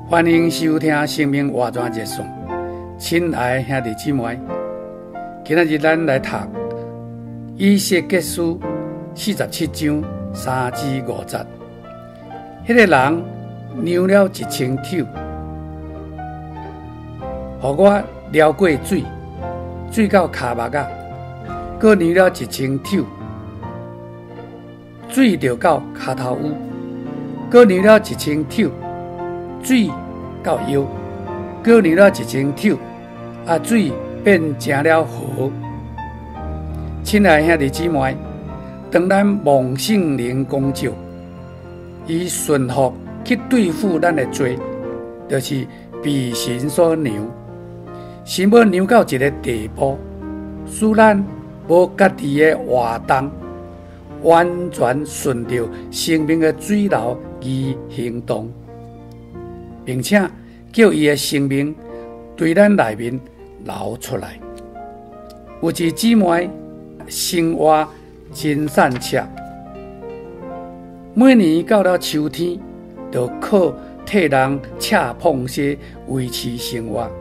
欢迎收听《生命活泉热线》，亲爱的兄弟姊妹，今日咱来读以西结书47章3至5节。迄个人扭了1000口，互我撩过水，水到骹目啊；搁扭了1000口，水就到骹头乌；搁扭了1000口，水到腰；搁扭了1000口，水变成了河。亲爱的兄弟姊妹，当咱望圣灵光照，以顺服去对付咱的罪，就是被神所扭。神要扭到一个地步，使咱无家己的活动，完全顺着生命的水流而行动，并且叫伊的生命对咱内面流出来。有一姊妹生活真善切，每年到了秋天，就靠替人切螃蟹维持生活。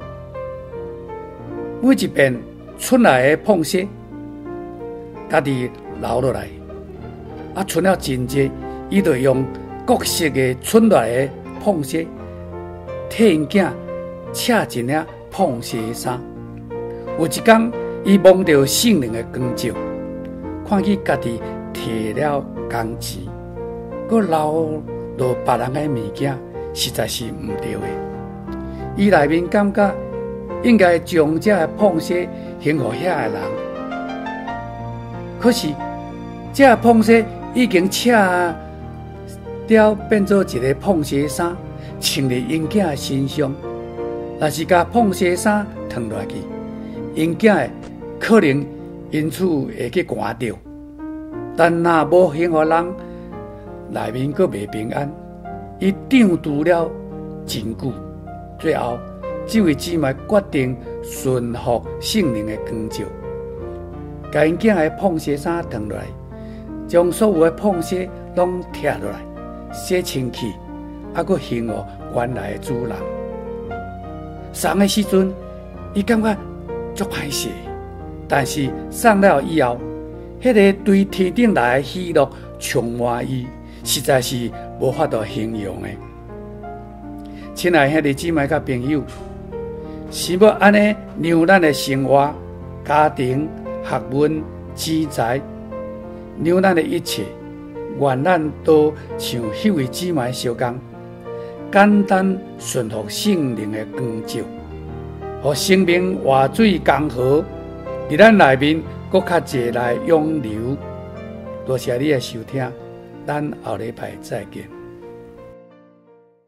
每一遍出来的螃蟹，家己留落来，出了真济，伊就用各式的出来的螃蟹，替因囝切一领螃蟹衫。有一天，伊望到圣灵的光照，看见家己摕了工钱，搁留落别人的物件，实在是毋对的。伊内面感觉应该将这个螃蟹还互遐个人，可是这个螃蟹已经切了变做一个螃蟹衫，穿伫因囝的身上。若是甲螃蟹衫脱落去，因囝可能因此会去寒着。但若无还互人，内面阁袂平安，伊长拄了真久。最后，这位姊妹决定顺服圣灵的光照，把因囝的螃蟹衫脱落来，将所有的螃蟹拢拆落来，洗清气，阁还互原来的主人。送的时阵，伊感觉足歹势，但是送了以后，迄个对天顶来的喜乐充满伊，实在是无法度形容的。亲爱的兄弟姊妹甲朋友，是要安尼让咱的生活、家庭、学问、钱财，让咱的一切，愿咱都像迄位姊妹相共，简单顺服圣灵的光照，互生命活水江河伫咱内面搁较济来涌流。多谢你的收听，咱后礼拜再见。